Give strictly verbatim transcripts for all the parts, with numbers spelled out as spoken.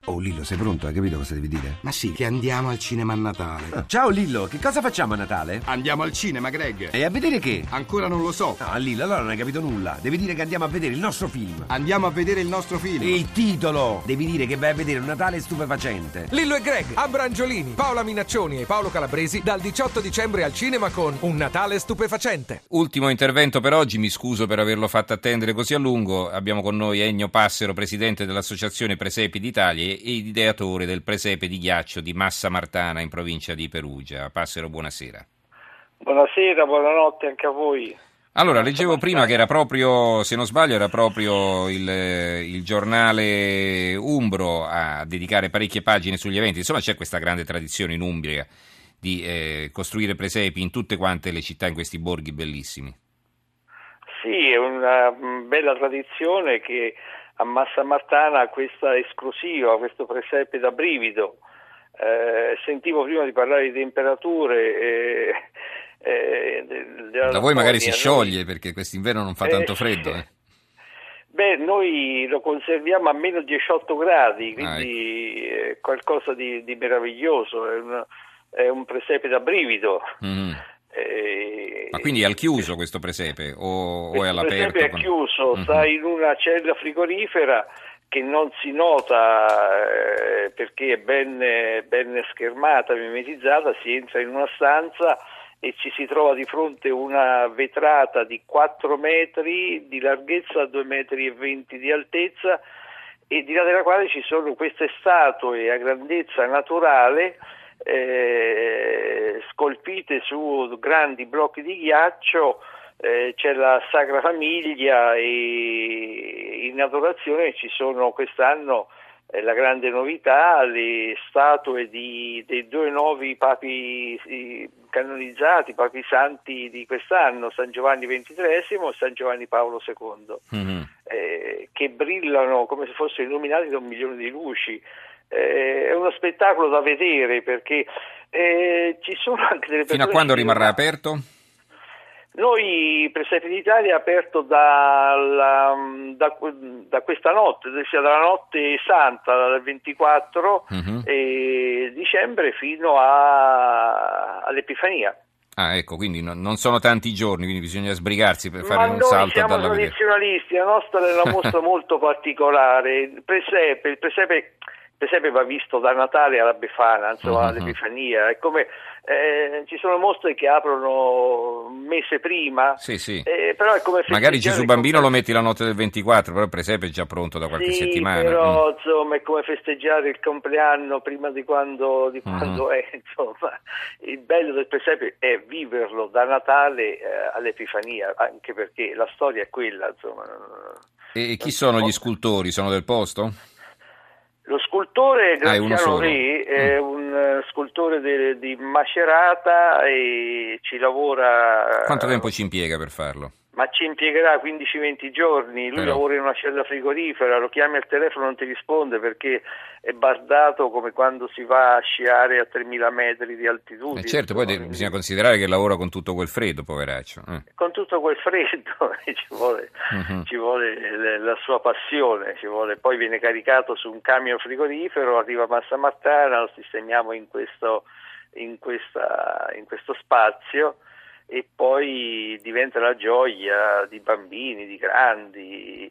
Oh Lillo, sei pronto? Hai capito cosa devi dire? Ma sì, che andiamo al cinema a Natale. Ah, ciao Lillo, che cosa facciamo a Natale? Andiamo al cinema, Greg. E a vedere che? Ancora non lo so. No, Lillo, allora non hai capito nulla. Devi dire che andiamo a vedere il nostro film. Andiamo a vedere il nostro film. Il titolo! Devi dire che vai a vedere un Natale stupefacente. Lillo e Greg, Abrangiolini, Paola Minaccioni e Paolo Calabresi dal diciotto dicembre al cinema con Un Natale stupefacente. Ultimo intervento per oggi, mi scuso per averlo fatto attendere così a lungo. Abbiamo con noi Ennio Passero, presidente dell'Associazione Presepi d'Italia e ideatore del presepe di ghiaccio di Massa Martana in provincia di Perugia. Passero, buonasera. Buonasera, buonanotte anche a voi. Allora, leggevo prima che era proprio, se non sbaglio, era proprio il, il giornale umbro a dedicare parecchie pagine sugli eventi. Insomma, c'è questa grande tradizione in Umbria di eh, costruire presepi in tutte quante le città, in questi borghi bellissimi. Sì, è una bella tradizione che a Massa Martana questa esclusiva, questo presepe da brivido. Eh, sentivo prima di parlare di temperature. Eh, eh, da voi magari si scioglie perché quest'inverno non fa tanto eh, freddo. Eh. Beh, noi lo conserviamo a meno diciotto gradi, quindi ah, ecco. È qualcosa di, di meraviglioso. È un, è un presepe da brivido. Mm. Eh, Ma quindi è al chiuso questo presepe o, o è all'aperto? Il presepe è chiuso, mm-hmm. Sta in una cella frigorifera che non si nota eh, perché è ben, ben schermata, mimetizzata. Si entra in una stanza e ci si trova di fronte una vetrata di quattro metri di larghezza, due metri e venti di altezza, e di là della quale ci sono queste statue a grandezza naturale Eh, scolpite su grandi blocchi di ghiaccio. Eh, c'è la Sacra Famiglia e in adorazione ci sono quest'anno eh, la grande novità, le statue di, dei due nuovi papi eh, canonizzati, papi santi di quest'anno, San Giovanni ventitreesimo e San Giovanni Paolo secondo, mm-hmm. eh, che brillano come se fossero illuminati da un milione di luci. Eh, è uno spettacolo da vedere perché eh, ci sono anche delle persone. Fino a quando rimarrà aperto? Noi, Presepi d'Italia, è aperto dalla, da, da questa notte, sia dalla notte santa, dal ventiquattro uh-huh. eh, dicembre fino a, all'Epifania. Ah, ecco, quindi no, non sono tanti giorni, quindi bisogna sbrigarsi per fare Ma un salto siamo dalla tradizionalisti, la nostra è una mostra molto particolare. Il presepe, il presepe Per esempio va visto da Natale alla Befana, insomma, uh-huh. all'Epifania. È come eh, ci sono mostre che aprono un mese prima, sì, sì. Eh, però è come magari Gesù Bambino lo metti la notte del ventiquattro, però il presepe è già pronto da qualche sì, settimana. Però mm. insomma è come festeggiare il compleanno prima di quando, di quando uh-huh. è. Insomma, il bello del presepe è viverlo da Natale eh, all'Epifania, anche perché la storia è quella. Insomma. E chi sono gli scultori? Sono del posto? Lo scultore Graziano ah, Re è mm. un uh, scultore de, di Macerata e ci lavora. Quanto tempo ci impiega per farlo? Ma ci impiegherà quindici venti giorni, lui Però... lavora in una cella frigorifera, lo chiami al telefono e non ti risponde perché è bardato come quando si va a sciare a tremila metri di altitudine. Eh certo, poi de- bisogna considerare che lavora con tutto quel freddo, poveraccio. Eh. Con tutto quel freddo ci vuole, uh-huh. ci vuole la sua passione, ci vuole. Poi viene caricato su un camion frigorifero, arriva a Massa Martana, lo sistemiamo in questo, in questa, in questo spazio, e poi diventa la gioia di bambini, di grandi,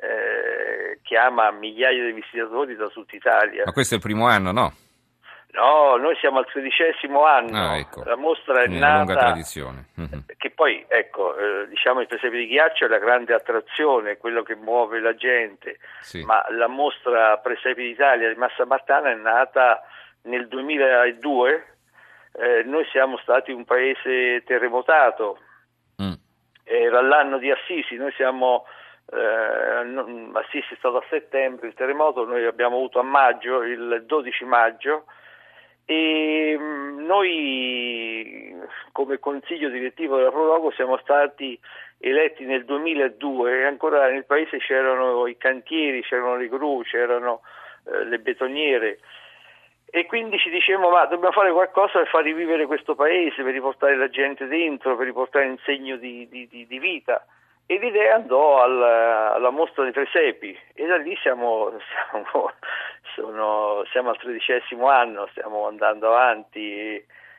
eh, chiama migliaia di visitatori da tutta Italia. Ma questo è il primo anno, no? No, noi siamo al tredicesimo anno, ah, ecco. La mostra è Quindi nata, una lunga tradizione. Uh-huh. Che poi, ecco, eh, diciamo il presepe di ghiaccio è la grande attrazione, quello che muove la gente, sì. Ma la mostra Presepi d'Italia di Massa Martana è nata nel duemiladue. Eh, noi siamo stati un paese terremotato, mm. era l'anno di Assisi, noi siamo eh, non, Assisi è stato a settembre, il terremoto noi abbiamo avuto a maggio, il dodici maggio, e mh, noi come consiglio direttivo della Prologo siamo stati eletti nel duemiladue e ancora nel paese c'erano i cantieri, c'erano le gru, c'erano eh, le betoniere. E quindi ci dicevamo, ma dobbiamo fare qualcosa per far rivivere questo paese, per riportare la gente dentro, per riportare un segno di, di, di, di vita. e l'idea andò alla, alla mostra dei presepi e da lì siamo, siamo, sono, siamo al tredicesimo anno, stiamo andando avanti.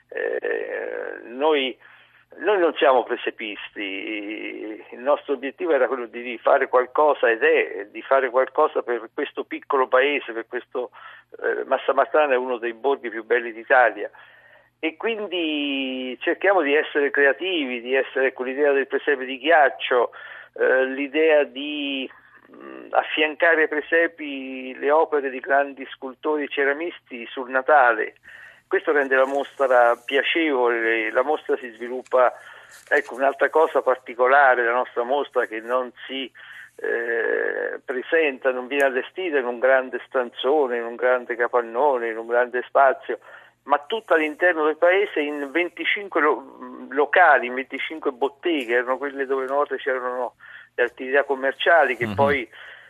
Eh, noi, noi non siamo presepisti, il nostro obiettivo era quello di fare qualcosa ed è di fare qualcosa per questo piccolo paese, per questo eh, Massamartana è uno dei borghi più belli d'Italia. E quindi cerchiamo di essere creativi, di essere con l'idea del presepe di ghiaccio, eh, l'idea di mh, affiancare ai presepi le opere di grandi scultori e ceramisti sul Natale. Questo rende la mostra piacevole, la mostra si sviluppa, ecco un'altra cosa particolare della nostra mostra che non si eh, presenta, non viene allestita in un grande stanzone, in un grande capannone, in un grande spazio, ma tutto all'interno del paese in venticinque lo- locali, in venticinque botteghe, erano quelle dove una volta c'erano le attività commerciali che mm-hmm. poi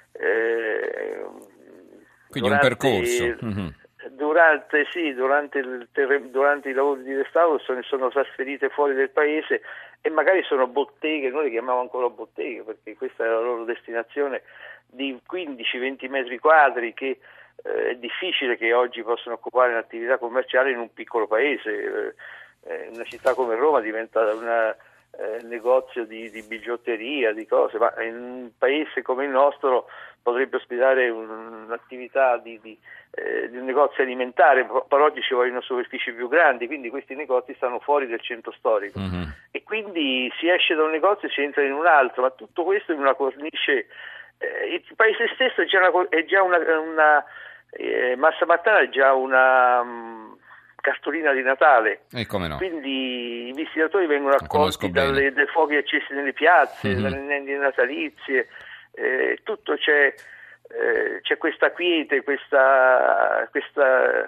eh, quindi durante, un percorso mm-hmm. durante, sì, durante, il terre- durante i lavori di restauro sono, sono trasferite fuori del paese e magari sono botteghe, noi le chiamiamo ancora botteghe perché questa è la loro destinazione, di quindici venti metri quadri che è difficile che oggi possano occupare un'attività commerciale in un piccolo paese. Eh, una città come Roma diventa un eh, negozio di, di bigiotteria, di cose, ma in un paese come il nostro potrebbe ospitare un, un'attività di, di, eh, di un negozio alimentare, per oggi ci vogliono superfici più grandi, quindi questi negozi stanno fuori del centro storico mm-hmm. e quindi si esce da un negozio e si entra in un altro, ma tutto questo in una cornice. Eh, il paese stesso è già una, è già una, una eh, Massamartana è già una um, cartolina di Natale, e come no? Quindi i visitatori vengono accolti dalle, dai fuochi accesi nelle piazze, mm-hmm. dalle nenne natalizie, eh, tutto c'è, eh, c'è questa quiete, questa, questa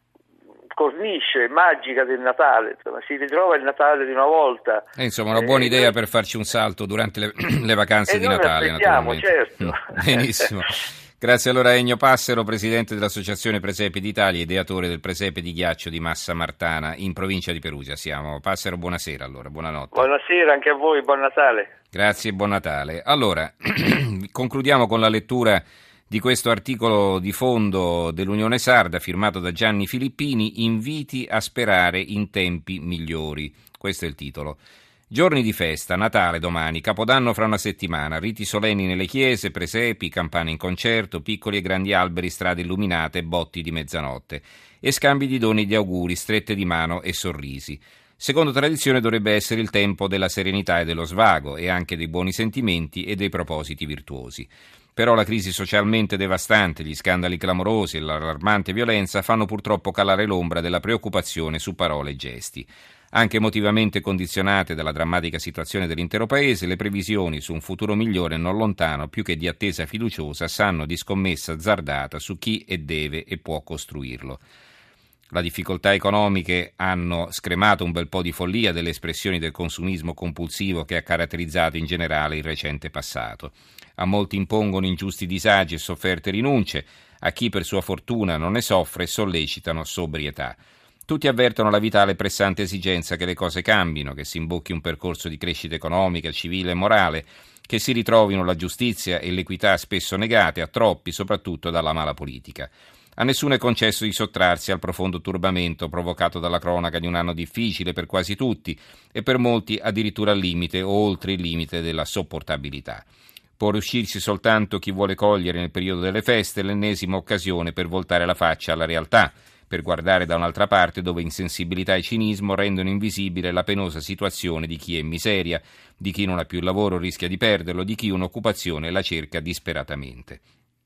cornice magica del Natale, insomma, si ritrova il Natale di una volta. E insomma, una buona eh, idea noi... per farci un salto durante le, le vacanze e di Natale, naturalmente. Certo. Benissimo. Grazie allora a Ennio Passero, presidente dell'Associazione Presepi d'Italia, ideatore del presepe di ghiaccio di Massamartana, in provincia di Perugia. Siamo. Passero, buonasera allora, buonanotte. Buonasera anche a voi, buon Natale. Grazie e buon Natale. Allora, concludiamo con la lettura di questo articolo di fondo dell'Unione Sarda firmato da Gianni Filippini, inviti a sperare in tempi migliori. Questo è il titolo. Giorni di festa, Natale domani, Capodanno fra una settimana, riti solenni nelle chiese, presepi, campane in concerto, piccoli e grandi alberi, strade illuminate, botti di mezzanotte e scambi di doni e di auguri, strette di mano e sorrisi. Secondo tradizione dovrebbe essere il tempo della serenità e dello svago e anche dei buoni sentimenti e dei propositi virtuosi. Però la crisi socialmente devastante, gli scandali clamorosi e l'allarmante violenza fanno purtroppo calare l'ombra della preoccupazione su parole e gesti. Anche emotivamente condizionate dalla drammatica situazione dell'intero paese, le previsioni su un futuro migliore non lontano, più che di attesa fiduciosa, sanno di scommessa azzardata su chi e deve e può costruirlo. Le difficoltà economiche hanno scremato un bel po' di follia delle espressioni del consumismo compulsivo che ha caratterizzato in generale il recente passato. A molti impongono ingiusti disagi e sofferte rinunce, a chi per sua fortuna non ne soffre sollecitano sobrietà. Tutti avvertono la vitale e pressante esigenza che le cose cambino, che si imbocchi un percorso di crescita economica, civile e morale, che si ritrovino la giustizia e l'equità spesso negate a troppi, soprattutto dalla mala politica. A nessuno è concesso di sottrarsi al profondo turbamento provocato dalla cronaca di un anno difficile per quasi tutti e per molti addirittura al limite o oltre il limite della sopportabilità. Può riuscirsi soltanto chi vuole cogliere nel periodo delle feste l'ennesima occasione per voltare la faccia alla realtà, per guardare da un'altra parte dove insensibilità e cinismo rendono invisibile la penosa situazione di chi è in miseria, di chi non ha più il lavoro o rischia di perderlo, di chi un'occupazione la cerca disperatamente.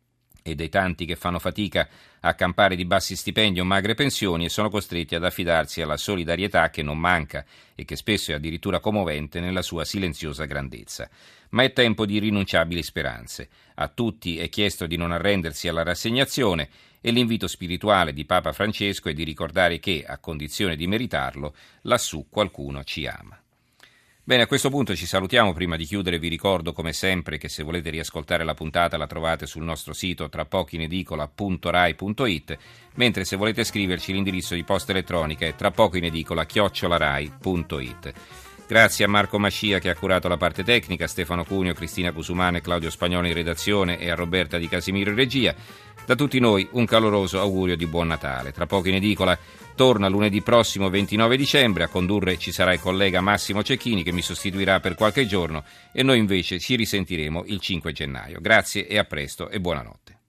E dei tanti che fanno fatica a campare di bassi stipendi o magre pensioni e sono costretti ad affidarsi alla solidarietà che non manca e che spesso è addirittura commovente nella sua silenziosa grandezza. Ma è tempo di irrinunciabili speranze. A tutti è chiesto di non arrendersi alla rassegnazione e l'invito spirituale di Papa Francesco è di ricordare che, a condizione di meritarlo, lassù qualcuno ci ama. Bene, a questo punto ci salutiamo. Prima di chiudere vi ricordo come sempre che se volete riascoltare la puntata la trovate sul nostro sito tra poco in edicola punto rai punto it, mentre se volete scriverci l'indirizzo di posta elettronica è tra poco in edicola chiocciola rai punto it. Grazie a Marco Mascia che ha curato la parte tecnica, a Stefano Cuneo, Cristina Cusumane e Claudio Spagnolo in redazione e a Roberta Di Casimiro in regia. Da tutti noi un caloroso augurio di buon Natale. Tra poco in edicola torna lunedì prossimo ventinove dicembre, a condurre ci sarà il collega Massimo Cecchini che mi sostituirà per qualche giorno e noi invece ci risentiremo il cinque gennaio. Grazie e a presto e buonanotte.